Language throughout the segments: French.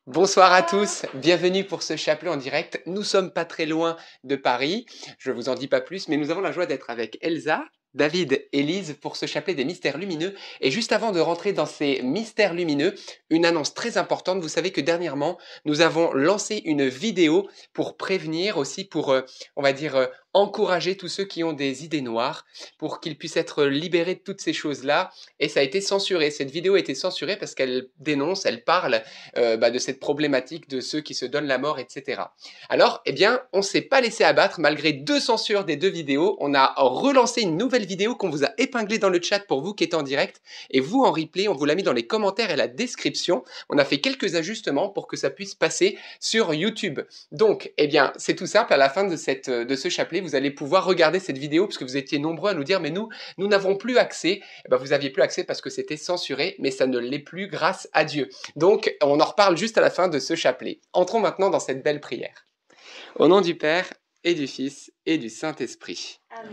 Bonsoir à tous, bienvenue pour ce chapelet en direct. Nous sommes pas très loin de Paris, je vous en dis pas plus, mais nous avons la joie d'être avec Elsa, David et Lise pour ce chapelet des mystères lumineux. Et juste avant de rentrer dans ces mystères lumineux, une annonce très importante. Vous savez que dernièrement, nous avons lancé une vidéo pour prévenir aussi, pour, on va dire, encourager tous ceux qui ont des idées noires, pour qu'ils puissent être libérés de toutes ces choses-là. Et ça a été censuré. Cette vidéo a été censurée parce qu'elle dénonce, elle parle de cette problématique de ceux qui se donnent la mort, etc. Alors, eh bien, on ne s'est pas laissé abattre malgré 2 censures des 2 vidéos. On a relancé une nouvelle vidéo qu'on vous a épinglée dans le chat pour vous qui êtes en direct. Et vous, en replay, on vous l'a mis dans les commentaires et la description. On a fait quelques ajustements pour que ça puisse passer sur YouTube. Donc, eh bien, c'est tout simple. À la fin de ce chapelet, vous allez pouvoir regarder cette vidéo parce que vous étiez nombreux à nous dire « Mais nous n'avons plus accès. » Eh bien, vous n'aviez plus accès parce que c'était censuré, mais ça ne l'est plus grâce à Dieu. Donc, on en reparle juste à la fin de ce chapelet. Entrons maintenant dans cette belle prière. Au nom du Père, et du Fils, et du Saint-Esprit. Amen.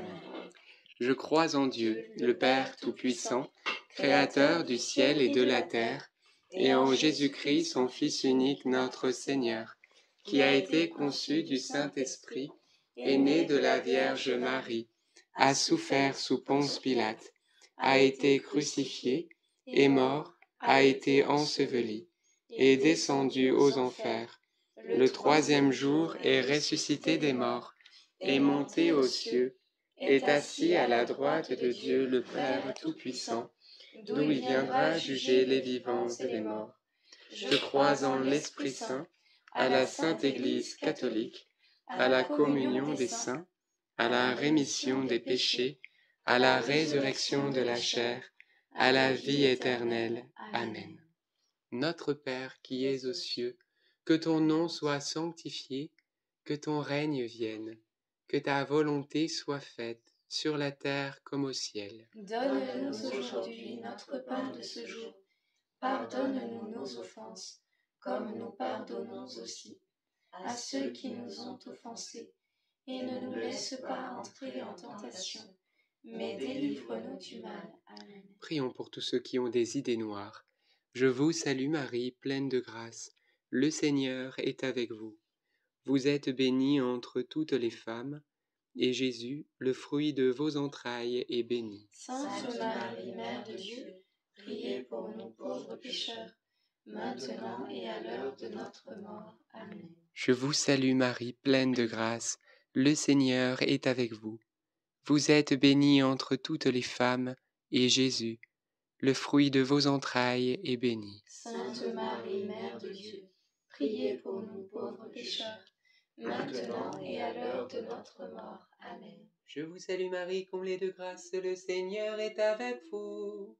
Je crois en Dieu, le Père Tout-Puissant, Créateur du ciel et de la terre, et en Jésus-Christ, son Fils unique, notre Seigneur, qui a été conçu du Saint-Esprit, est né de la Vierge Marie, a souffert sous Ponce Pilate, a été crucifié, est mort, a été enseveli, est descendu aux enfers. Le 3e jour est ressuscité des morts, est monté aux cieux, est assis à la droite de Dieu le Père Tout-Puissant, d'où il viendra juger les vivants et les morts. Je crois en l'Esprit Saint, à la Sainte Église catholique, à la communion des saints, à la rémission des péchés, à la résurrection de la chair, à la vie éternelle. Amen. Notre Père qui es aux cieux, que ton nom soit sanctifié, que ton règne vienne, que ta volonté soit faite, sur la terre comme au ciel. Donne-nous aujourd'hui notre pain de ce jour. Pardonne-nous nos offenses, comme nous pardonnons aussi à ceux qui nous ont offensés. Et ne nous laisse pas entrer en tentation, mais délivre-nous du mal. Amen. Prions pour tous ceux qui ont des idées noires. Je vous salue Marie, pleine de grâce. Le Seigneur est avec vous. Vous êtes bénie entre toutes les femmes, et Jésus, le fruit de vos entrailles, est béni. Sainte Marie, Mère de Dieu, priez pour nous pauvres pécheurs, maintenant et à l'heure de notre mort. Amen. Je vous salue Marie, pleine de grâce. Le Seigneur est avec vous. Vous êtes bénie entre toutes les femmes, et Jésus, le fruit de vos entrailles, est béni. Sainte Marie, Mère de Dieu, priez pour nous pauvres pécheurs, maintenant et à l'heure de notre mort. Amen. Je vous salue Marie, comblée de grâce, le Seigneur est avec vous.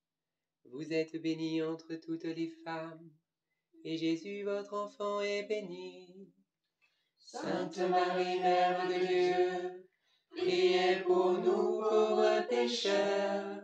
Vous êtes bénie entre toutes les femmes, et Jésus, votre enfant, est béni. Sainte Marie, Mère de Dieu, priez pour nous pauvres pécheurs,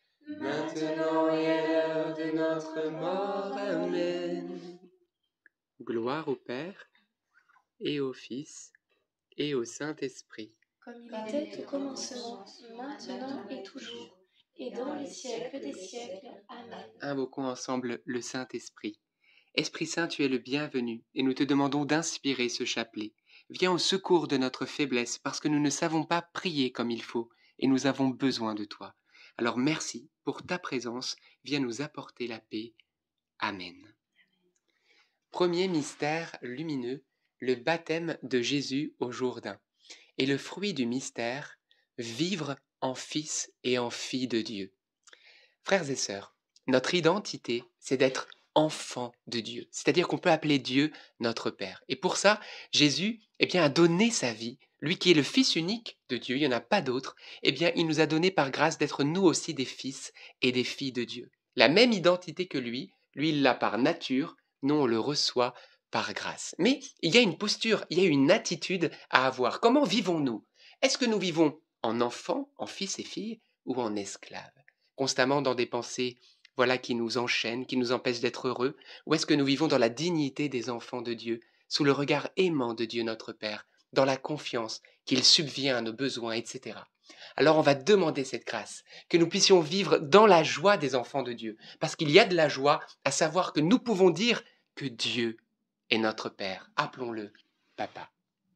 maintenant et à l'heure de notre mort. Amen. Gloire au Père, et au Fils, et au Saint-Esprit. Comme il était au commencement, maintenant et toujours, et dans les siècles des siècles. Amen. Invoquons ensemble le Saint-Esprit. Esprit Saint, tu es le bienvenu, et nous te demandons d'inspirer ce chapelet. Viens au secours de notre faiblesse, parce que nous ne savons pas prier comme il faut, et nous avons besoin de toi. Alors merci pour ta présence, viens nous apporter la paix. Amen. Premier mystère lumineux, le baptême de Jésus au Jourdain. Et le fruit du mystère, vivre en fils et en fille de Dieu. Frères et sœurs, notre identité, c'est d'être enfant de Dieu. C'est-à-dire qu'on peut appeler Dieu notre Père. Et pour ça, Jésus a donné sa vie. Lui qui est le Fils unique de Dieu, il n'y en a pas d'autre, il nous a donné par grâce d'être nous aussi des fils et des filles de Dieu. La même identité que lui, il l'a par nature, nous on le reçoit par grâce. Mais il y a une posture, il y a une attitude à avoir. Comment vivons-nous? Est-ce que nous vivons en enfants, en fils et filles, ou en esclaves? Constamment dans des pensées qui nous enchaînent, qui nous empêchent d'être heureux? Ou est-ce que nous vivons dans la dignité des enfants de Dieu, sous le regard aimant de Dieu notre Père, dans la confiance qu'il subvient à nos besoins, etc. Alors on va demander cette grâce, que nous puissions vivre dans la joie des enfants de Dieu, parce qu'il y a de la joie à savoir que nous pouvons dire que Dieu est notre Père. Appelons-le Papa.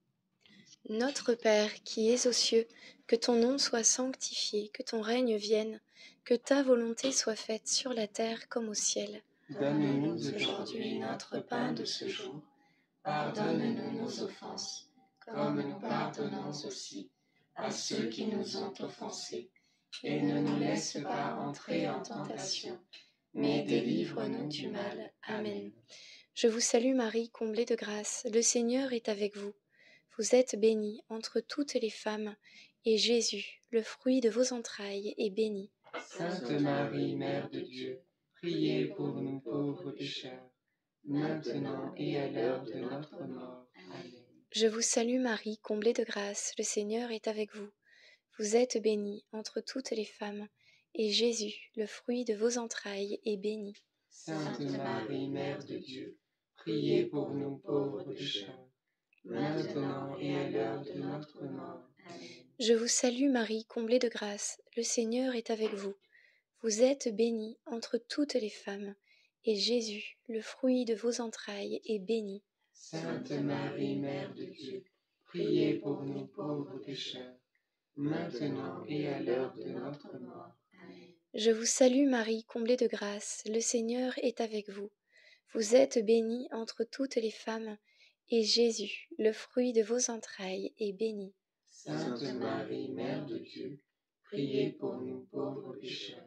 Notre Père qui es aux cieux, que ton nom soit sanctifié, que ton règne vienne, que ta volonté soit faite sur la terre comme au ciel. Donne-nous aujourd'hui notre pain de ce jour. Pardonne-nous nos offenses, comme nous pardonnons aussi à ceux qui nous ont offensés. Et ne nous laisse pas entrer en tentation, mais délivre-nous du mal. Amen. Je vous salue Marie, comblée de grâce, le Seigneur est avec vous. Vous êtes bénie entre toutes les femmes, et Jésus, le fruit de vos entrailles, est béni. Sainte Marie, Mère de Dieu, priez pour nous pauvres pécheurs, maintenant et à l'heure de notre mort. Amen. Je vous salue Marie, comblée de grâce, le Seigneur est avec vous. Vous êtes bénie entre toutes les femmes, et Jésus, le fruit de vos entrailles, est béni. Sainte Marie, Mère de Dieu, priez pour nous pauvres pécheurs, maintenant et à l'heure de notre mort. Amen. Je vous salue Marie, comblée de grâce, le Seigneur est avec vous. Vous êtes bénie entre toutes les femmes, et Jésus, le fruit de vos entrailles, est béni. Sainte Marie, Mère de Dieu, priez pour nous pauvres pécheurs, maintenant et à l'heure de notre mort. Amen. Je vous salue Marie, comblée de grâce, le Seigneur est avec vous. Vous êtes bénie entre toutes les femmes, et Jésus, le fruit de vos entrailles, est béni. Sainte Marie, Mère de Dieu, priez pour nous pauvres pécheurs,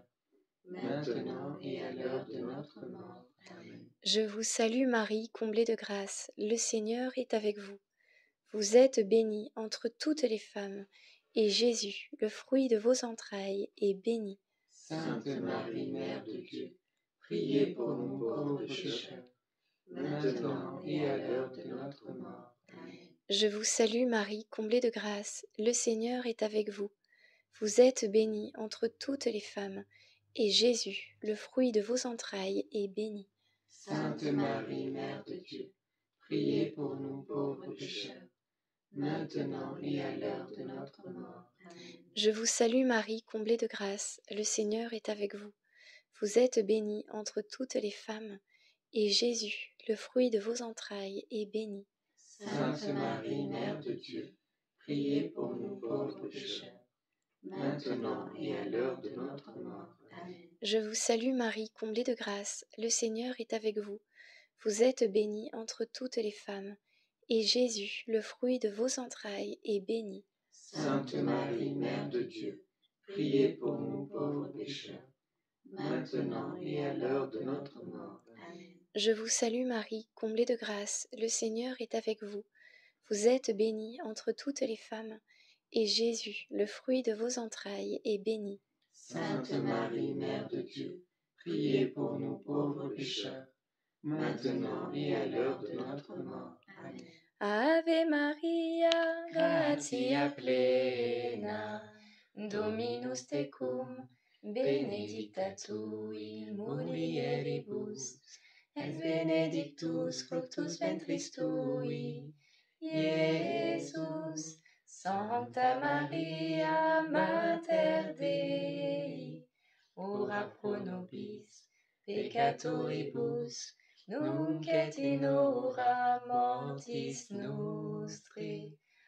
maintenant et à l'heure de notre mort. Amen. Je vous salue Marie, comblée de grâce, le Seigneur est avec vous. Vous êtes bénie entre toutes les femmes, et Jésus, le fruit de vos entrailles, est béni. Sainte Marie, Mère de Dieu, priez pour nous pauvres pécheurs, maintenant et à l'heure de notre mort. Amen. Je vous salue Marie, comblée de grâce, le Seigneur est avec vous. Vous êtes bénie entre toutes les femmes, et Jésus, le fruit de vos entrailles, est béni. Sainte Marie, Mère de Dieu, priez pour nous pauvres pécheurs, maintenant et à l'heure de notre mort. Amen. Je vous salue Marie, comblée de grâce, le Seigneur est avec vous. Vous êtes bénie entre toutes les femmes, et Jésus, le fruit de vos entrailles, est béni. Sainte Marie, Mère de Dieu, priez pour nous pauvres pécheurs, maintenant et à l'heure de notre mort. Amen. Je vous salue Marie, comblée de grâce, le Seigneur est avec vous. Vous êtes bénie entre toutes les femmes, et Jésus, le fruit de vos entrailles, est béni. Sainte Marie, Mère de Dieu, priez pour nous pauvres pécheurs, maintenant et à l'heure de notre mort. Amen. Je vous salue Marie, comblée de grâce, le Seigneur est avec vous. Vous êtes bénie entre toutes les femmes, et Jésus, le fruit de vos entrailles, est béni. Sainte Marie, Mère de Dieu, priez pour nous pauvres pécheurs, maintenant et à l'heure de notre mort. Amen. Ave Maria, Gratia plena, Dominus tecum, benedicta tui in mulieribus, et benedictus fructus ventris tui, Iesus. Sancta Maria, Mater Dei, ora pro nobis peccatoribus, nunc et in hora mortis nostre.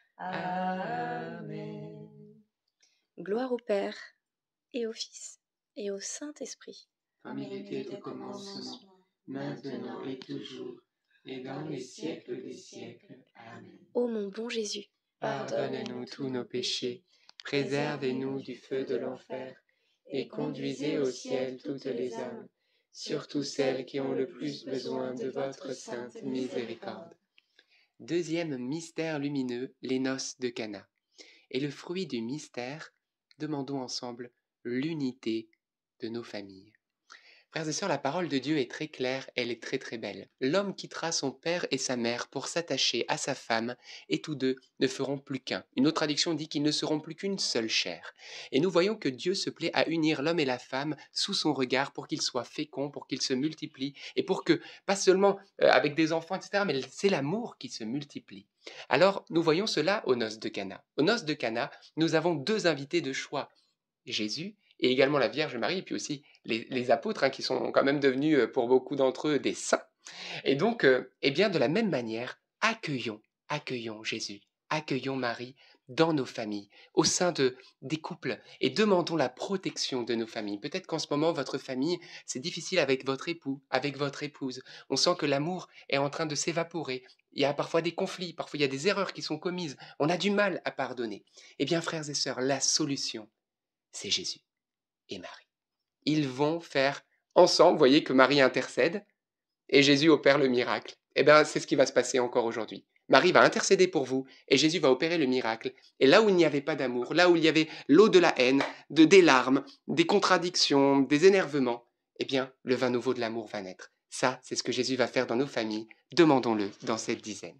Amen. Gloire au Père, et au Fils, et au Saint-Esprit. Comme il était au commencement, maintenant et toujours, et dans les siècles des siècles. Amen. Ô mon bon Jésus, Pardonne-nous tous nos péchés, préservez-nous du feu de l'enfer, et conduisez au ciel toutes les âmes, surtout celles qui ont le plus besoin de votre sainte miséricorde. Deuxième mystère lumineux, les noces de Cana. Et le fruit du mystère, demandons ensemble l'unité de nos familles. Frères et sœurs, la parole de Dieu est très claire, elle est très très belle. L'homme quittera son père et sa mère pour s'attacher à sa femme, et tous deux ne feront plus qu'un. Une autre traduction dit qu'ils ne seront plus qu'une seule chair. Et nous voyons que Dieu se plaît à unir l'homme et la femme sous son regard pour qu'ils soient féconds, pour qu'ils se multiplient, et pour que, pas seulement avec des enfants, etc., mais c'est l'amour qui se multiplie. Alors, nous voyons cela aux noces de Cana. Aux noces de Cana, nous avons deux invités de choix, Jésus et également la Vierge Marie, et puis aussi les apôtres, qui sont quand même devenus pour beaucoup d'entre eux des saints. Et donc, eh bien, de la même manière, accueillons Jésus, accueillons Marie dans nos familles, au sein des couples, et demandons la protection de nos familles. Peut-être qu'en ce moment, votre famille, c'est difficile avec votre époux, avec votre épouse. On sent que l'amour est en train de s'évaporer. Il y a parfois des conflits, parfois il y a des erreurs qui sont commises. On a du mal à pardonner. Eh bien, frères et sœurs, la solution, c'est Jésus et Marie. Ils vont faire ensemble, vous voyez que Marie intercède, et Jésus opère le miracle. Eh bien, c'est ce qui va se passer encore aujourd'hui. Marie va intercéder pour vous et Jésus va opérer le miracle. Et là où il n'y avait pas d'amour, là où il y avait l'eau de la haine, des larmes, des contradictions, des énervements, eh bien, le vin nouveau de l'amour va naître. Ça, c'est ce que Jésus va faire dans nos familles. Demandons-le dans cette dizaine.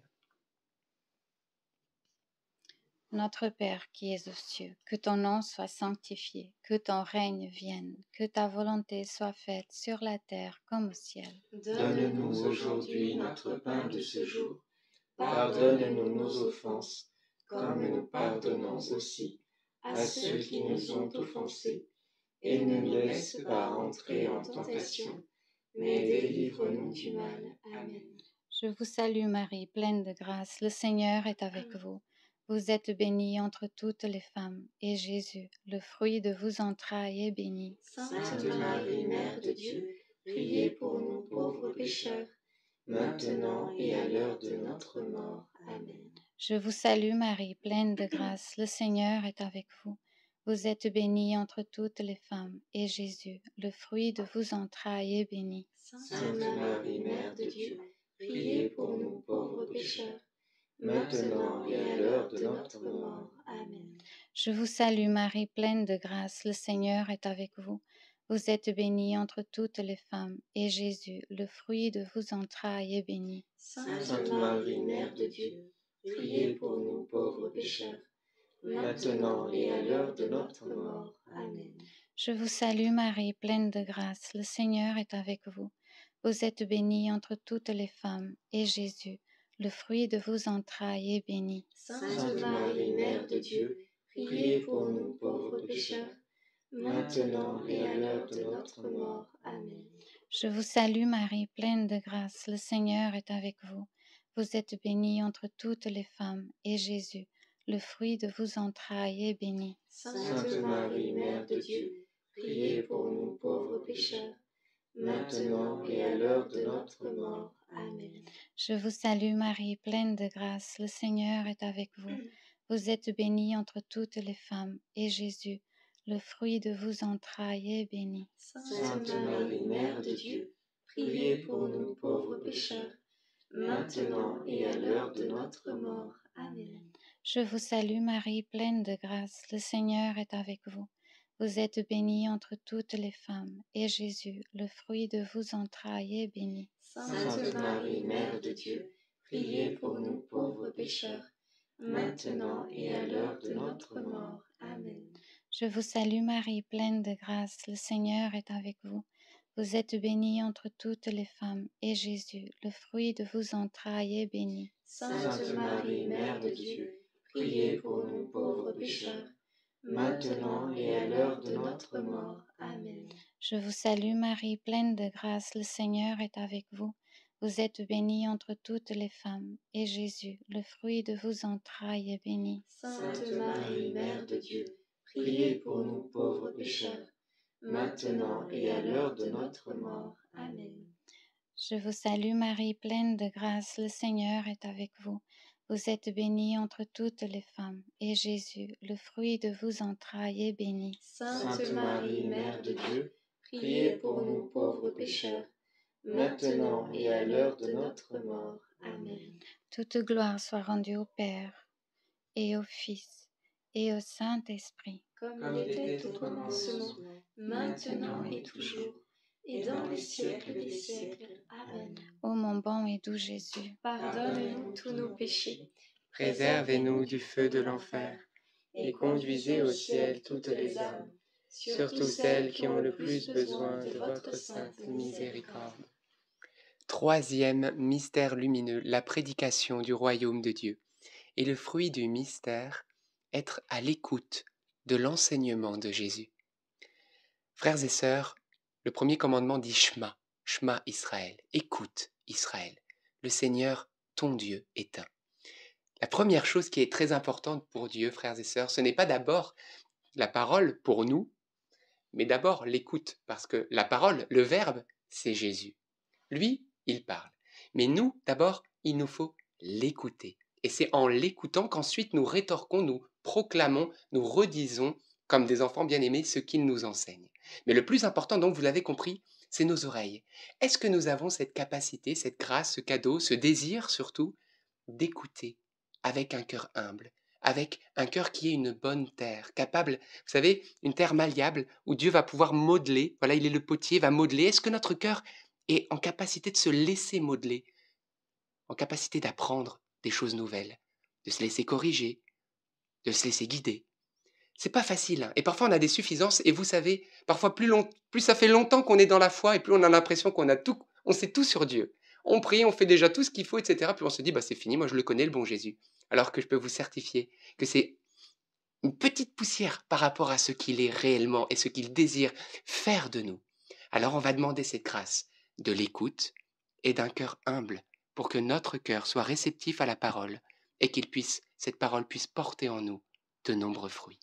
Notre Père qui es aux cieux, que ton nom soit sanctifié, que ton règne vienne, que ta volonté soit faite sur la terre comme au ciel. Donne-nous aujourd'hui notre pain de ce jour. Pardonne-nous nos offenses, comme nous pardonnons aussi à ceux qui nous ont offensés. Et ne nous laisse pas entrer en tentation, mais délivre-nous du mal. Amen. Je vous salue Marie, pleine de grâce, le Seigneur est avec vous. Vous êtes bénie entre toutes les femmes, et Jésus, le fruit de vos entrailles, est béni. Sainte Marie, Mère de Dieu, priez pour nous pauvres pécheurs, maintenant et à l'heure de notre mort. Amen. Je vous salue Marie, pleine de grâce, le Seigneur est avec vous. Vous êtes bénie entre toutes les femmes, et Jésus, le fruit de vos entrailles, est béni. Sainte Marie, Mère de Dieu, priez pour nous pauvres pécheurs, maintenant et à l'heure de notre mort. Amen. Je vous salue Marie, pleine de grâce, le Seigneur est avec vous. Vous êtes bénie entre toutes les femmes, et Jésus, le fruit de vos entrailles, est béni. Sainte Marie, Mère de Dieu, priez pour nous pauvres pécheurs, maintenant et à l'heure de notre mort. Amen. Je vous salue Marie, pleine de grâce, le Seigneur est avec vous. Vous êtes bénie entre toutes les femmes, et Jésus, le fruit de vos entrailles, est béni. Sainte Marie, Mère de Dieu, priez pour nous pauvres pécheurs, maintenant et à l'heure de notre mort. Amen. Je vous salue Marie, pleine de grâce, le Seigneur est avec vous. Vous êtes bénie entre toutes les femmes, et Jésus, le fruit de vos entrailles, est béni. Sainte Marie, Mère de Dieu, priez pour nous pauvres pécheurs, maintenant et à l'heure de notre mort. Amen. Je vous salue Marie, pleine de grâce, le Seigneur est avec vous. Vous êtes bénie entre toutes les femmes, et Jésus, le fruit de vos entrailles, est béni. Sainte Marie, Mère de Dieu, priez pour nous pauvres pécheurs, maintenant et à l'heure de notre mort. Amen. Je vous salue Marie, pleine de grâce, le Seigneur est avec vous. Vous êtes bénie entre toutes les femmes, et Jésus, le fruit de vos entrailles, est béni. Sainte Marie, Mère de Dieu, priez pour nous pauvres pécheurs, maintenant et à l'heure de notre mort. Amen. Je vous salue Marie, pleine de grâce, le Seigneur est avec vous. Vous êtes bénie entre toutes les femmes, et Jésus, le fruit de vos entrailles, est béni. Sainte Marie, Mère de Dieu, priez pour nous pauvres pécheurs, maintenant et à l'heure de notre mort. Amen. Je vous salue Marie, pleine de grâce, le Seigneur est avec vous. Vous êtes bénie entre toutes les femmes, et Jésus, le fruit de vos entrailles, est béni. Sainte Marie, Mère de Dieu, priez pour nous pauvres pécheurs, maintenant et à l'heure de notre mort. Amen. Je vous salue Marie, pleine de grâce, le Seigneur est avec vous. Vous êtes bénie entre toutes les femmes, et Jésus, le fruit de vos entrailles, est béni. Sainte Marie, Mère de Dieu, priez pour nous pauvres pécheurs, maintenant et à l'heure de notre mort. Amen. Toute gloire soit rendue au Père, et au Fils, et au Saint-Esprit. Comme il était au commencement, maintenant et toujours, et dans les siècles des siècles. Amen. Ô mon bon et doux Jésus, Pardonne-nous tous nos péchés, Préservez-nous du feu de l'enfer, et conduisez au ciel toutes les âmes, surtout celles qui ont le plus besoin de votre sainte miséricorde. Troisième mystère lumineux, la prédication du royaume de Dieu. Et le fruit du mystère, être à l'écoute de l'enseignement de Jésus. Frères et sœurs, le premier commandement dit Shema. Shema Israël, écoute Israël, le Seigneur, ton Dieu, est un. La première chose qui est très importante pour Dieu, frères et sœurs, ce n'est pas d'abord la parole pour nous, mais d'abord l'écoute, parce que la parole, le verbe, c'est Jésus. Lui, il parle. Mais nous, d'abord, il nous faut l'écouter. Et c'est en l'écoutant qu'ensuite nous rétorquons, nous proclamons, nous redisons, comme des enfants bien-aimés, ce qu'il nous enseigne. Mais le plus important, donc, vous l'avez compris, c'est nos oreilles. Est-ce que nous avons cette capacité, cette grâce, ce cadeau, ce désir surtout, d'écouter avec un cœur humble, avec un cœur qui est une bonne terre, capable, vous savez, une terre malléable où Dieu va pouvoir modeler, voilà, il est le potier, va modeler. Est-ce que notre cœur est en capacité de se laisser modeler, en capacité d'apprendre des choses nouvelles, de se laisser corriger, de se laisser guider? C'est pas facile, hein. Et parfois on a des suffisances, et vous savez, parfois plus ça fait longtemps qu'on est dans la foi, et plus on a l'impression qu'on a tout, on sait tout sur Dieu. On prie, on fait déjà tout ce qu'il faut, etc. Puis on se dit, bah c'est fini, moi je le connais, le bon Jésus. Alors que je peux vous certifier que c'est une petite poussière par rapport à ce qu'il est réellement et ce qu'il désire faire de nous. Alors on va demander cette grâce de l'écoute et d'un cœur humble pour que notre cœur soit réceptif à la parole et cette parole puisse porter en nous de nombreux fruits.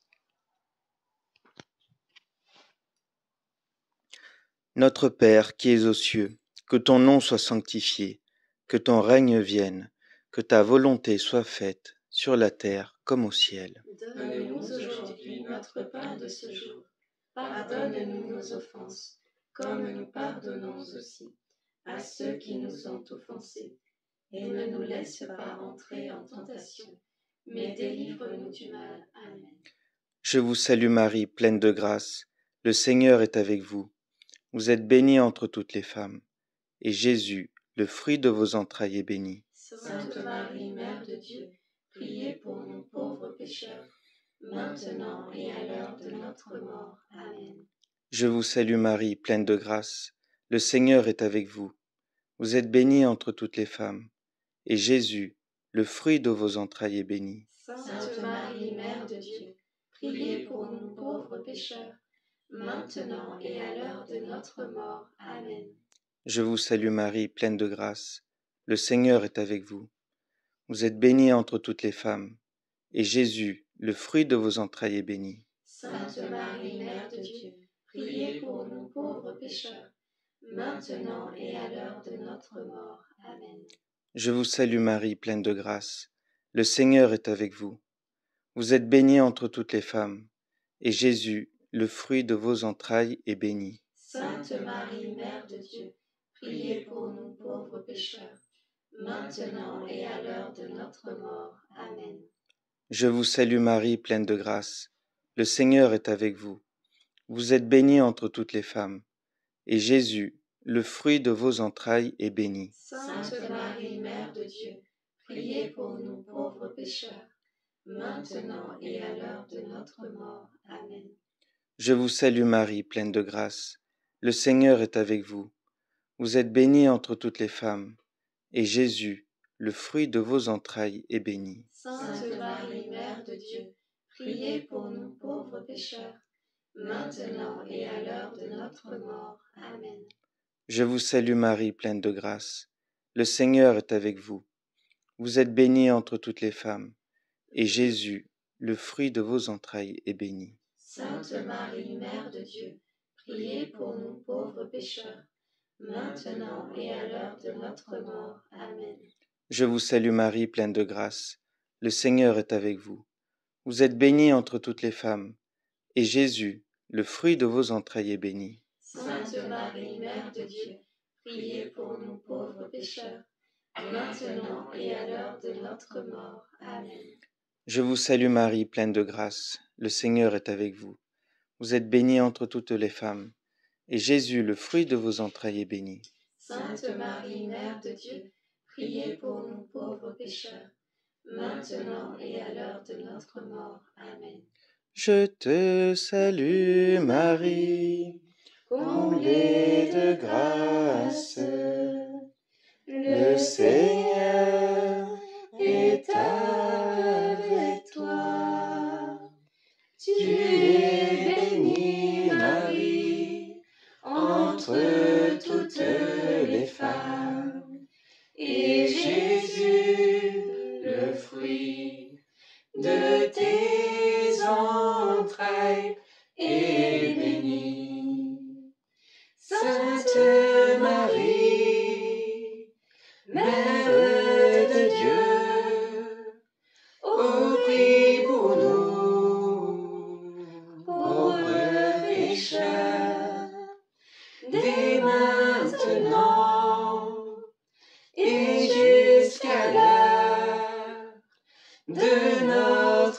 Notre Père qui es aux cieux, que ton nom soit sanctifié, que ton règne vienne, que ta volonté soit faite sur la terre comme au ciel. Donne-nous aujourd'hui notre pain de ce jour. Pardonne-nous nos offenses, comme nous pardonnons aussi à ceux qui nous ont offensés. Et ne nous laisse pas entrer en tentation, mais délivre-nous du mal. Amen. Je vous salue Marie, pleine de grâce, le Seigneur est avec vous. Vous êtes bénie entre toutes les femmes, et Jésus, le fruit de vos entrailles, est béni. Sainte Marie, Mère de Dieu, priez pour nous pauvres pécheurs, maintenant et à l'heure de notre mort. Amen. Je vous salue Marie, pleine de grâce, le Seigneur est avec vous. Vous êtes bénie entre toutes les femmes, et Jésus, le fruit de vos entrailles, est béni. Sainte Marie, Mère de Dieu, priez pour nous pauvres pécheurs, maintenant et à l'heure de notre mort. Amen. Je vous salue Marie, pleine de grâce, le Seigneur est avec vous. Vous êtes bénie entre toutes les femmes, et Jésus, le fruit de vos entrailles, est béni. Sainte Marie, Mère de Dieu, priez pour nous pauvres pécheurs, maintenant et à l'heure de notre mort. Amen. Je vous salue Marie, pleine de grâce, le Seigneur est avec vous. Vous êtes bénie entre toutes les femmes, et Jésus, le fruit de vos entrailles, est béni. Sainte Marie, Mère de Dieu, priez pour nous pauvres pécheurs, maintenant et à l'heure de notre mort. Amen. Je vous salue Marie, pleine de grâce, le Seigneur est avec vous. Vous êtes bénie entre toutes les femmes, et Jésus, le fruit de vos entrailles, est béni. Sainte Marie, Mère de Dieu, priez pour nous pauvres pécheurs, maintenant et à l'heure de notre mort. Amen. Je vous salue Marie, pleine de grâce, le Seigneur est avec vous. Vous êtes bénie entre toutes les femmes, et Jésus, le fruit de vos entrailles, est béni. Sainte Marie, Mère de Dieu, priez pour nous pauvres pécheurs, maintenant et à l'heure de notre mort. Amen. Je vous salue Marie, pleine de grâce, le Seigneur est avec vous. Vous êtes bénie entre toutes les femmes, et Jésus, le fruit de vos entrailles, est béni. Sainte Marie, Mère de Dieu, priez pour nous pauvres pécheurs, maintenant et à l'heure de notre mort. Amen. Je vous salue Marie, pleine de grâce, le Seigneur est avec vous. Vous êtes bénie entre toutes les femmes, et Jésus, le fruit de vos entrailles, est béni. Sainte Marie, Mère de Dieu, priez pour nous pauvres pécheurs, maintenant et à l'heure de notre mort. Amen. Je vous salue Marie, pleine de grâce, le Seigneur est avec vous. Vous êtes bénie entre toutes les femmes, et Jésus, le fruit de vos entrailles, est béni. Sainte Marie, Mère de Dieu, priez pour nous pauvres pécheurs, maintenant et à l'heure de notre mort. Amen. Je te salue Marie, comblée de grâce, le Seigneur est avec toi. Tu es bénie Marie, entre toutes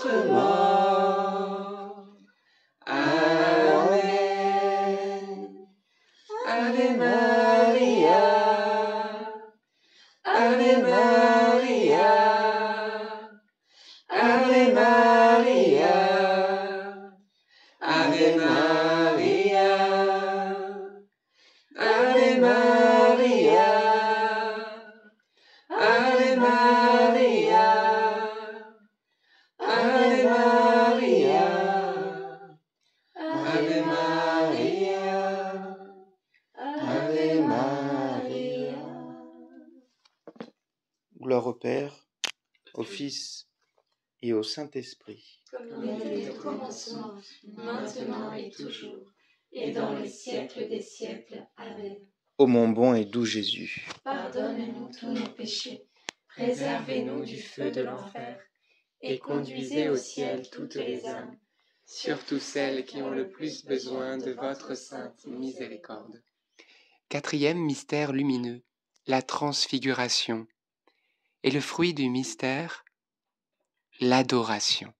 notre mort. Amen. Ave Maria, Ave Maria, Ave Maria, Ave Maria, Ave Maria, Ave Maria, Ave Maria, Ave Maria, Ave Maria. Gloire au Père, au Fils et au Saint-Esprit. Comme il était au commencement, maintenant et toujours, et dans les siècles des siècles. Amen. Ô mon bon et doux Jésus, Pardonne-nous tous nos péchés, préservez-nous du feu de l'enfer, et conduisez au ciel toutes les âmes, surtout celles qui ont le plus besoin de votre sainte miséricorde. Quatrième mystère lumineux, la transfiguration. Et le fruit du mystère, l'adoration.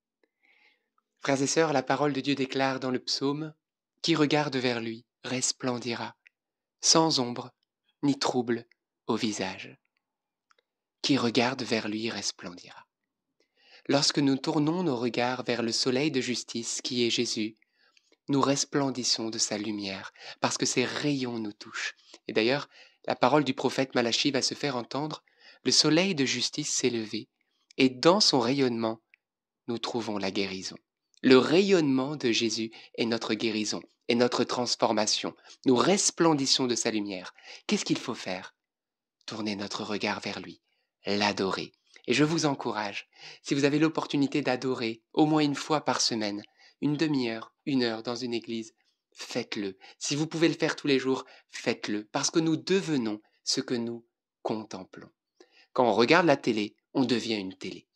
Frères et sœurs, la parole de Dieu déclare dans le psaume « Qui regarde vers lui resplendira, sans ombre ni trouble au visage. » Qui regarde vers lui resplendira. Lorsque nous tournons nos regards vers le soleil de justice qui est Jésus, nous resplendissons de sa lumière, parce que ses rayons nous touchent. Et d'ailleurs, la parole du prophète Malachie va se faire entendre, le soleil de justice s'est levé, et dans son rayonnement, nous trouvons la guérison. Le rayonnement de Jésus est notre guérison, est notre transformation. Nous resplendissons de sa lumière. Qu'est-ce qu'il faut faire? Tourner notre regard vers lui, l'adorer. Et je vous encourage, si vous avez l'opportunité d'adorer au moins une fois par semaine, une demi-heure, une heure dans une église, faites-le. Si vous pouvez le faire tous les jours, faites-le, parce que nous devenons ce que nous contemplons. Quand on regarde la télé, on devient une télé.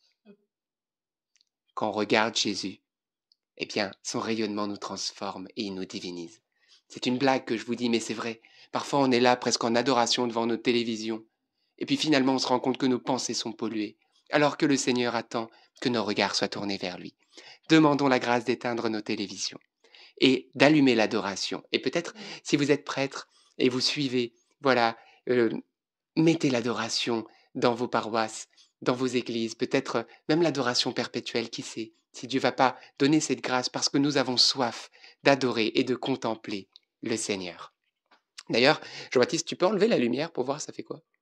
Quand on regarde Jésus, eh bien, son rayonnement nous transforme et il nous divinise. C'est une blague que je vous dis, mais c'est vrai. Parfois, on est là presque en adoration devant nos télévisions. Et puis finalement, on se rend compte que nos pensées sont polluées, alors que le Seigneur attend que nos regards soient tournés vers lui. Demandons la grâce d'éteindre nos télévisions et d'allumer l'adoration. Et peut-être, si vous êtes prêtre et vous suivez, voilà, mettez l'adoration dans vos paroisses, dans vos églises, peut-être même l'adoration perpétuelle, qui sait, si Dieu ne va pas donner cette grâce parce que nous avons soif d'adorer et de contempler le Seigneur. D'ailleurs, Jean-Baptiste, tu peux enlever la lumière pour voir ça fait quoi?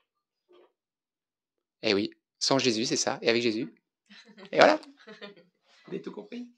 Eh oui, sans Jésus, c'est ça, et avec Jésus. Et voilà. Vous avez tout compris?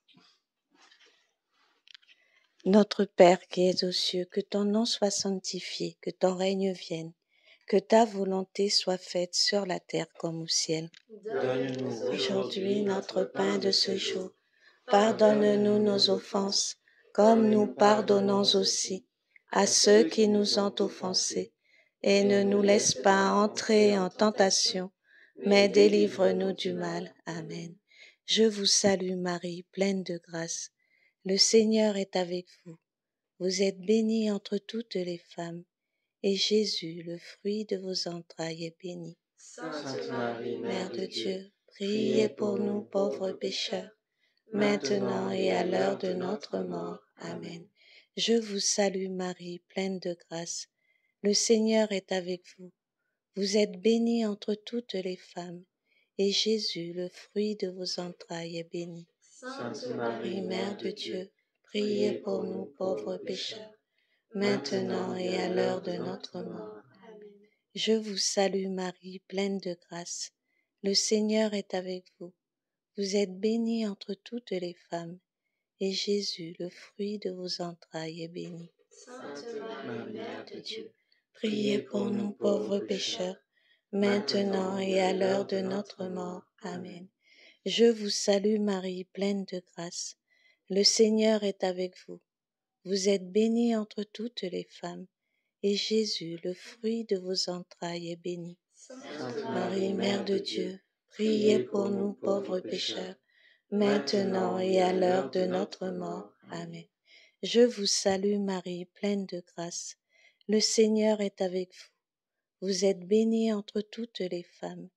Notre Père qui es aux cieux, que ton nom soit sanctifié, que ton règne vienne, que ta volonté soit faite sur la terre comme au ciel. Donne-nous Aujourd'hui notre pain de ce jour. Pardonne-nous nos offenses, comme nous pardonnons aussi à ceux qui nous ont offensés. Et ne nous laisse pas entrer en tentation, mais délivre-nous du mal. Amen. Je vous salue Marie, pleine de grâce. Le Seigneur est avec vous. Vous êtes bénie entre toutes les femmes, et Jésus, le fruit de vos entrailles, est béni. Sainte Marie, Mère de Dieu, priez pour nous pauvres pécheurs, maintenant et à l'heure de notre mort. Amen. Je vous salue Marie, pleine de grâce. Le Seigneur est avec vous. Vous êtes bénie entre toutes les femmes, et Jésus, le fruit de vos entrailles, est béni. Sainte Marie, Mère de Dieu, priez pour nous pauvres pécheurs, maintenant et à l'heure de notre mort. Amen. Je vous salue Marie, pleine de grâce. Le Seigneur est avec vous. Vous êtes bénie entre toutes les femmes, et Jésus, le fruit de vos entrailles, est béni. Sainte Marie, Mère de Dieu, Priez pour nous pauvres pécheurs, maintenant et à l'heure de notre mort. Amen. Je vous salue Marie, pleine de grâce. Le Seigneur est avec vous. Vous êtes bénie entre toutes les femmes, et Jésus, le fruit de vos entrailles, est béni. Sainte Marie, Mère de Dieu, priez pour nous pauvres pécheurs, maintenant et à l'heure de notre mort. Amen. Je vous salue Marie, pleine de grâce. Le Seigneur est avec vous. Vous êtes bénie entre toutes les femmes,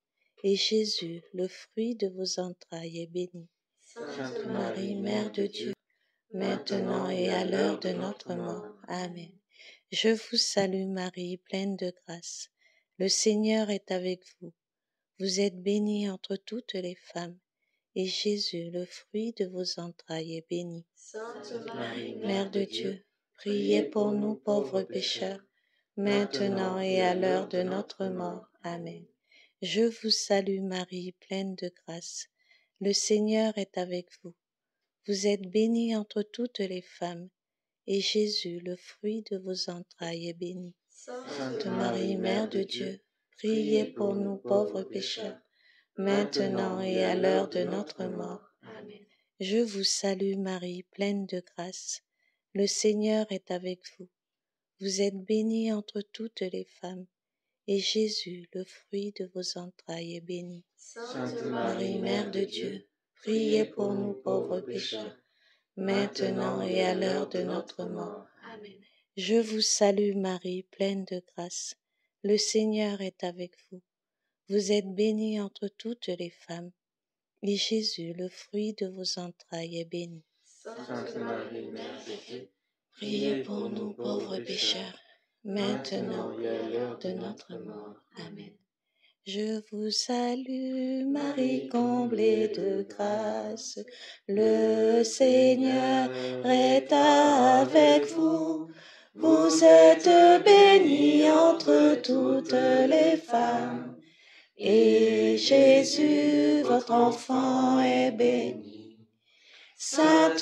et Jésus, le fruit de vos entrailles, est béni. Sainte Marie, Mère de Dieu, maintenant et à l'heure de notre mort. Amen. Je vous salue Marie, pleine de grâce. Le Seigneur est avec vous. Vous êtes bénie entre toutes les femmes, et Jésus, le fruit de vos entrailles, est béni. Sainte Marie, Mère de Dieu, priez pour nous pauvres pécheurs, maintenant et à l'heure de notre mort. Amen. Je vous salue Marie, pleine de grâce. Le Seigneur est avec vous. Vous êtes bénie entre toutes les femmes, et Jésus, le fruit de vos entrailles, est béni. Sainte Marie, Mère de Dieu, priez pour nous pauvres pécheurs, maintenant et à l'heure de notre mort. Amen. Je vous salue Marie, pleine de grâce. Le Seigneur est avec vous. Vous êtes bénie entre toutes les femmes, et Jésus, le fruit de vos entrailles, est béni. Sainte Marie, Mère de Dieu, priez pour nous pauvres pécheurs, maintenant et à l'heure de notre mort. Amen. Je vous salue Marie, pleine de grâce. Le Seigneur est avec vous. Vous êtes bénie entre toutes les femmes, et Jésus, le fruit de vos entrailles, est béni. Sainte Marie, Mère de Dieu, Priez pour nous pauvres pécheurs, maintenant et à l'heure de notre mort. Amen. Je vous salue Marie, comblée de grâce. Le Seigneur est avec vous. Vous êtes bénie entre toutes les femmes, et Jésus, votre enfant, est béni. Sainte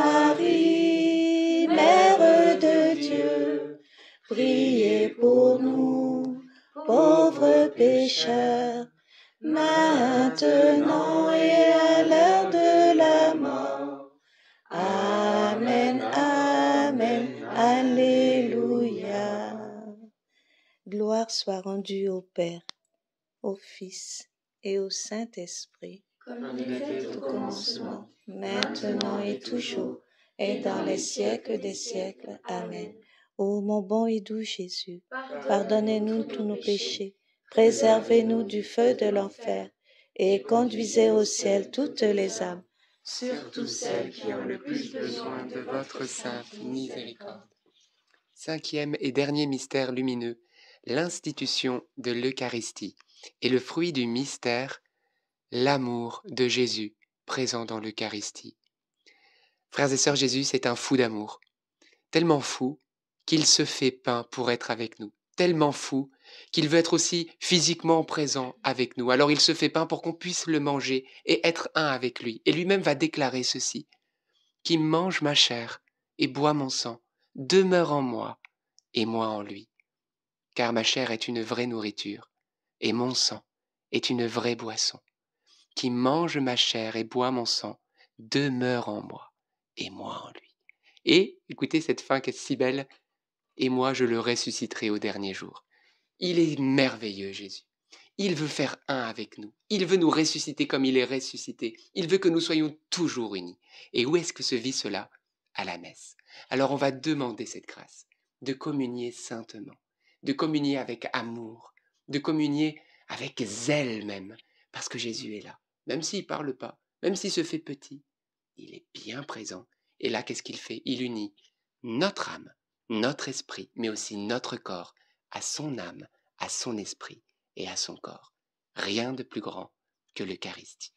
Marie, Mère de Dieu, priez pour nous, pauvres pécheurs, maintenant et à l'heure de la mort. Amen, Amen, Alléluia. Gloire soit rendue au Père, au Fils et au Saint-Esprit, comme il était au commencement, maintenant et toujours, et dans les siècles des siècles. Amen. Ô mon bon et doux Jésus, pardonnez-nous tous nos péchés, préservez-nous du feu de l'enfer, et conduisez au ciel toutes les âmes, surtout celles qui ont le plus besoin de votre sainte miséricorde. Cinquième et dernier mystère lumineux, l'institution de l'Eucharistie et le fruit du mystère, l'amour de Jésus présent dans l'Eucharistie. Frères et sœurs, Jésus, c'est un fou d'amour, tellement fou qu'il se fait pain pour être avec nous, tellement fou qu'il veut être aussi physiquement présent avec nous. Alors il se fait pain pour qu'on puisse le manger et être un avec lui. Et lui-même va déclarer ceci: qui mange ma chair et boit mon sang demeure en moi et moi en lui. Car ma chair est une vraie nourriture et mon sang est une vraie boisson. Qui mange ma chair et boit mon sang demeure en moi et moi en lui. Et écoutez cette fin qui est si belle: et moi je le ressusciterai au dernier jour. Il est merveilleux, Jésus. Il veut faire un avec nous. Il veut nous ressusciter comme il est ressuscité. Il veut que nous soyons toujours unis. Et où est-ce que se vit cela? À la messe. Alors on va demander cette grâce de communier saintement, de communier avec amour, de communier avec zèle même, parce que Jésus est là. Même s'il ne parle pas, même s'il se fait petit, il est bien présent. Et là, qu'est-ce qu'il fait? Il unit notre âme, notre esprit, mais aussi notre corps à son âme, à son esprit et à son corps. Rien de plus grand que l'Eucharistie.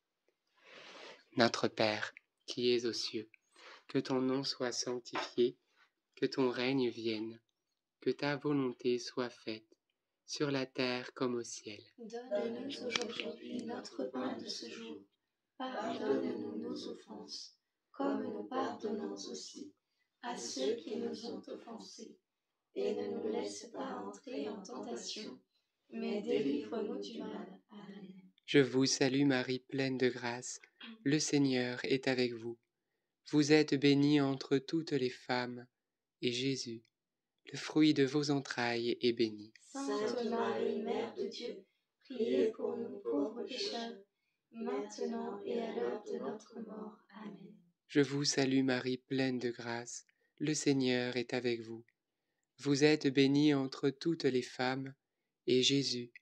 Notre Père, qui es aux cieux, que ton nom soit sanctifié, que ton règne vienne, que ta volonté soit faite, sur la terre comme au ciel. donne-nous aujourd'hui notre pain de ce jour. Pardonne-nous nos offenses, comme nous pardonnons aussi à ceux qui nous ont offensés. Et ne nous laisse pas entrer en tentation, mais délivre-nous du mal. Amen. Je vous salue Marie, pleine de grâce. Le Seigneur est avec vous. Vous êtes bénie entre toutes les femmes, et Jésus, le fruit de vos entrailles, est béni. Sainte Marie, Mère de Dieu, priez pour nous pauvres pécheurs, maintenant et à l'heure de notre mort. Amen. Je vous salue Marie, pleine de grâce. Le Seigneur est avec vous. Vous êtes bénie entre toutes les femmes, et Jésus,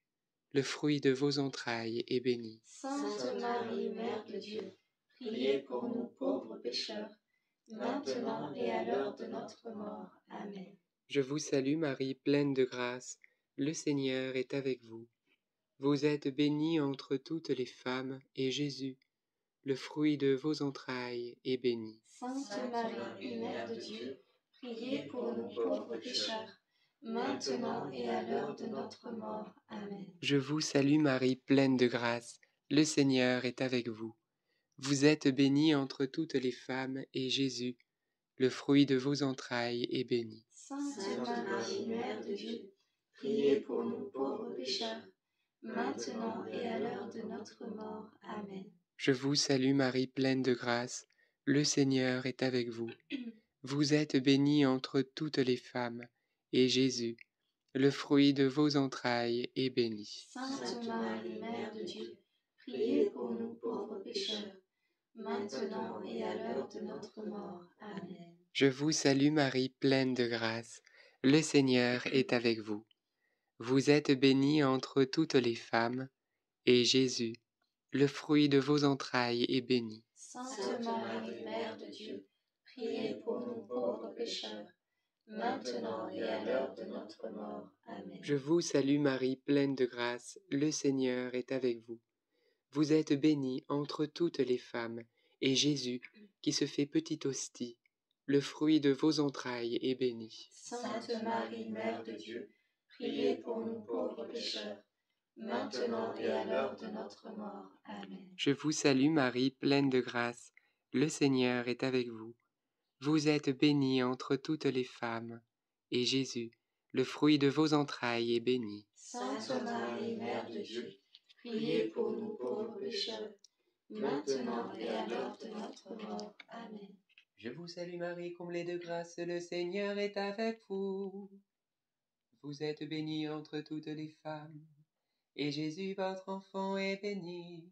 le fruit de vos entrailles est béni. Sainte Marie, Mère de Dieu, priez pour nous pauvres pécheurs, maintenant et à l'heure de notre mort. Amen. Je vous salue Marie, pleine de grâce, le Seigneur est avec vous. Vous êtes bénie entre toutes les femmes, et Jésus, le fruit de vos entrailles, est béni. Sainte Marie, Mère de Dieu, priez pour nous pauvres pécheurs, maintenant et à l'heure de notre mort. Amen. Je vous salue Marie, pleine de grâce, le Seigneur est avec vous. Vous êtes bénie entre toutes les femmes, et Jésus, le fruit de vos entrailles, est béni. Sainte Marie, Mère de Dieu, priez pour nous pauvres pécheurs, maintenant et à l'heure de notre mort. Amen. Je vous salue Marie, pleine de grâce, le Seigneur est avec vous. Vous êtes bénie entre toutes les femmes, et Jésus, le fruit de vos entrailles, est béni. Sainte Marie, Mère de Dieu, priez pour nous pauvres pécheurs, maintenant et à l'heure de notre mort. Amen. Je vous salue Marie, pleine de grâce, le Seigneur est avec vous. Vous êtes bénie entre toutes les femmes, et Jésus, le fruit de vos entrailles, est béni. Sainte Marie, Mère de Dieu, priez pour nous pauvres pécheurs, maintenant et à l'heure de notre mort. Amen. Je vous salue Marie, pleine de grâce, le Seigneur est avec vous. Vous êtes bénie entre toutes les femmes, et Jésus, qui se fait petite hostie, le fruit de vos entrailles, est béni. Sainte Marie, Mère de Dieu, priez pour nous pauvres pécheurs, maintenant et à l'heure de notre mort. Amen. Je vous salue Marie, pleine de grâce, le Seigneur est avec vous. Vous êtes bénie entre toutes les femmes, et Jésus, le fruit de vos entrailles, est béni. Sainte Marie, Mère de Dieu, priez pour nous pauvres pécheurs, maintenant et à l'heure de notre mort. Amen. Je vous salue Marie, comblée de grâce, le Seigneur est avec vous. Vous êtes bénie entre toutes les femmes, et Jésus, votre enfant, est béni.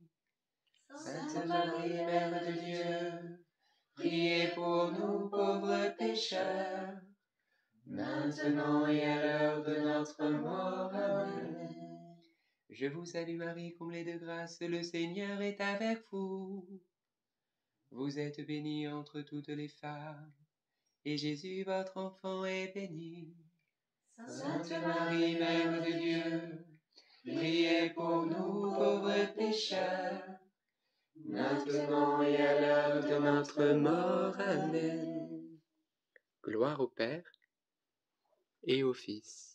Sainte Marie, Mère de Dieu, priez pour nous pauvres pécheurs, maintenant et à l'heure de notre mort. Amen. Je vous salue Marie, comblée de grâce, le Seigneur est avec vous. Vous êtes bénie entre toutes les femmes, et Jésus, votre enfant, est béni. Sainte Marie, Mère de Dieu, priez pour nous pauvres pécheurs, maintenant et à l'heure de notre mort. Amen. Gloire au Père, et au Fils,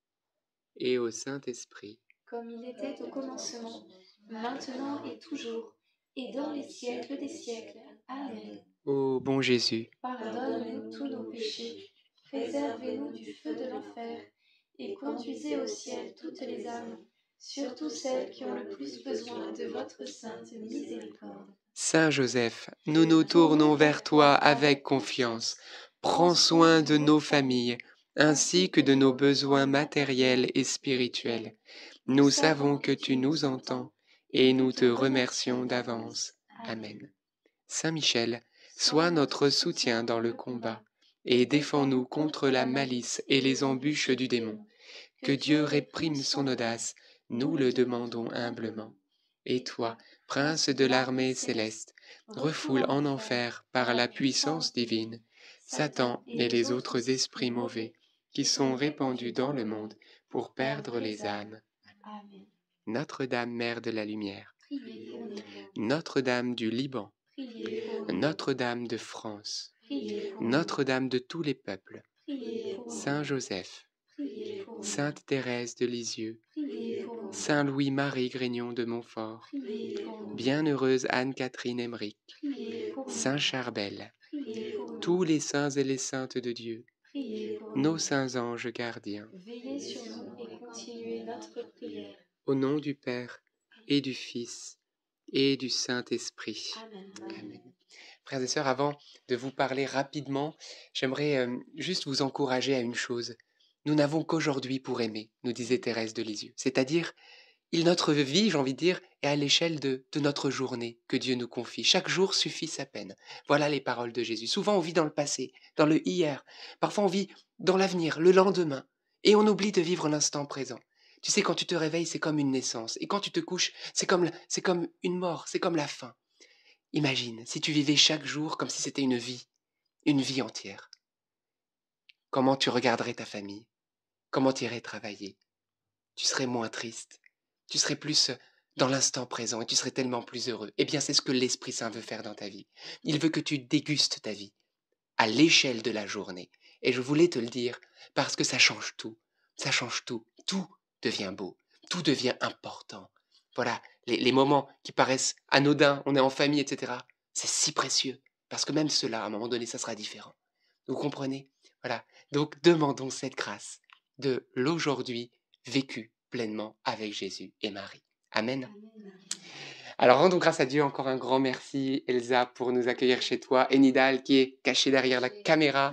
et au Saint-Esprit. Comme il était au commencement, maintenant et toujours, et dans les siècles des siècles. Amen. Ô bon Jésus, Pardonne-nous tous nos péchés, préservez-nous du feu de l'enfer, et conduisez au ciel toutes les âmes, surtout celles qui ont le plus besoin de votre sainte miséricorde. Saint Joseph, nous nous tournons vers toi avec confiance. Prends soin de nos familles, ainsi que de nos besoins matériels et spirituels. Nous savons que tu nous entends, et nous te remercions d'avance. Amen. Saint Michel, sois notre soutien dans le combat, et défends-nous contre la malice et les embûches du démon. Que Dieu réprime son audace, nous le demandons humblement. Et toi, prince de l'armée céleste, refoule en enfer par la puissance divine Satan et les autres esprits mauvais qui sont répandus dans le monde pour perdre les âmes. Amen. Notre-Dame, Mère de la Lumière, Priez pour nous. Notre-Dame du Liban, Priez pour nous. Notre-Dame de France, Priez pour nous. Notre-Dame de tous les peuples, Priez pour nous. Saint Joseph, Priez pour nous. Sainte Thérèse de Lisieux, Priez pour nous. Saint Louis-Marie Grignon de Montfort, Priez pour nous. Bienheureuse Anne-Catherine Emmerich, Priez pour nous. Saint Charbel, Priez pour nous. tous les saints et les saintes de Dieu, Priez pour nous. nos saints anges gardiens, Veillez sur nous et continuez notre prière. au nom du Père et du Fils et du Saint-Esprit. Amen. Amen. Frères et sœurs, avant de vous parler rapidement, j'aimerais juste vous encourager à une chose. Nous n'avons qu'aujourd'hui pour aimer, nous disait Thérèse de Lisieux. C'est-à-dire, notre vie, j'ai envie de dire, est à l'échelle de notre journée que Dieu nous confie. Chaque jour suffit sa peine. Voilà les paroles de Jésus. Souvent, on vit dans le passé, dans le hier. Parfois, on vit dans l'avenir, le lendemain. Et on oublie de vivre l'instant présent. Tu sais, quand tu te réveilles, c'est comme une naissance. Et quand tu te couches, c'est comme une mort, c'est comme la fin. Imagine, si tu vivais chaque jour comme si c'était une vie entière. Comment tu regarderais ta famille? Comment tu irais travailler? Tu serais moins triste. Tu serais plus dans l'instant présent et tu serais tellement plus heureux. Eh bien, c'est ce que l'Esprit Saint veut faire dans ta vie. Il veut que tu dégustes ta vie à l'échelle de la journée. Et je voulais te le dire parce que ça change tout. Ça change tout. Tout devient beau. Tout devient important. Voilà, les moments qui paraissent anodins, on est en famille, etc. C'est si précieux. Parce que même cela, à un moment donné, ça sera différent. Vous comprenez? Voilà. Donc, demandons cette grâce de l'aujourd'hui vécu pleinement avec Jésus et Marie. Amen. Alors, rendons grâce à Dieu. Encore un grand merci, Elsa, pour nous accueillir chez toi. Et Nidal, qui est caché derrière la caméra.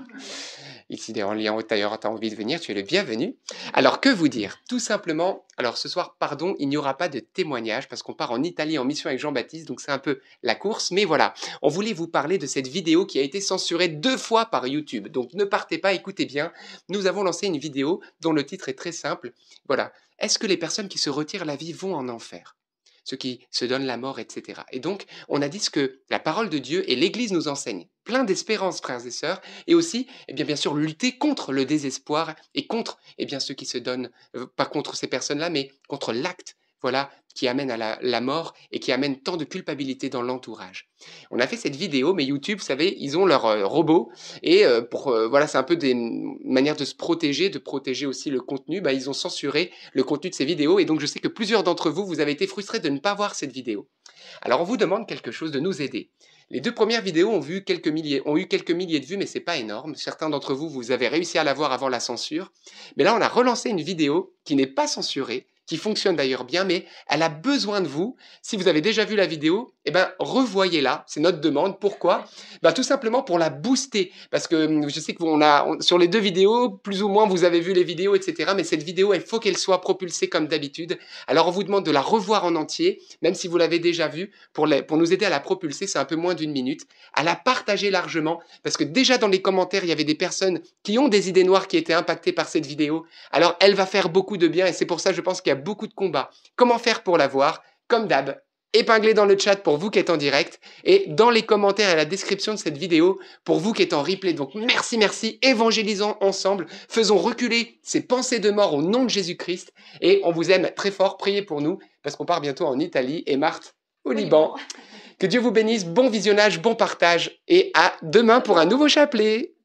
Ici, en lien d'ailleurs, tu as envie de venir, tu es le bienvenu. Alors, que vous dire? Tout simplement, alors ce soir, pardon, il n'y aura pas de témoignage parce qu'on part en Italie en mission avec Jean-Baptiste, donc c'est un peu la course. Mais voilà, on voulait vous parler de cette vidéo qui a été censurée 2 fois par YouTube. Donc, ne partez pas, écoutez bien. Nous avons lancé une vidéo dont le titre est très simple. Voilà. Est-ce que les personnes qui se retirent la vie vont en enfer? Ceux qui se donnent la mort, etc. Et donc, on a dit ce que la parole de Dieu et l'Église nous enseignent. Plein d'espérance, frères et sœurs, et aussi, bien sûr, lutter contre le désespoir et contre, ceux qui se donnent, pas contre ces personnes-là, mais contre l'acte, voilà, qui amène à la mort et qui amène tant de culpabilité dans l'entourage. On a fait cette vidéo, mais YouTube, vous savez, ils ont leur robot, et voilà, c'est un peu des manières de se protéger, de protéger aussi le contenu. Ils ont censuré le contenu de ces vidéos, et donc je sais que plusieurs d'entre vous, vous avez été frustrés de ne pas voir cette vidéo. Alors on vous demande quelque chose, de nous aider. Les 2 premières vidéos ont eu quelques milliers de vues, mais c'est pas énorme. Certains d'entre vous, vous avez réussi à la voir avant la censure. Mais là, on a relancé une vidéo qui n'est pas censurée, qui fonctionne d'ailleurs bien, mais elle a besoin de vous. Si vous avez déjà vu la vidéo, revoyez-la, c'est notre demande. Pourquoi? Tout simplement pour la booster, parce que je sais que sur les 2 vidéos, plus ou moins vous avez vu les vidéos, etc. Mais cette vidéo, il faut qu'elle soit propulsée comme d'habitude. Alors on vous demande de la revoir en entier, même si vous l'avez déjà vue, pour nous aider à la propulser, c'est un peu moins d'1 minute, à la partager largement, parce que déjà dans les commentaires, il y avait des personnes qui ont des idées noires qui étaient impactées par cette vidéo. Alors elle va faire beaucoup de bien, et c'est pour ça, je pense qu'il y a beaucoup de combats. Comment faire pour la voir? Comme d'hab, épinglé dans le chat pour vous qui êtes en direct, et dans les commentaires et la description de cette vidéo pour vous qui êtes en replay. Donc merci, évangélisons ensemble, faisons reculer ces pensées de mort au nom de Jésus-Christ, et on vous aime très fort, priez pour nous, parce qu'on part bientôt en Italie, et Marthe au Liban. Que Dieu vous bénisse, bon visionnage, bon partage, et à demain pour un nouveau chapelet.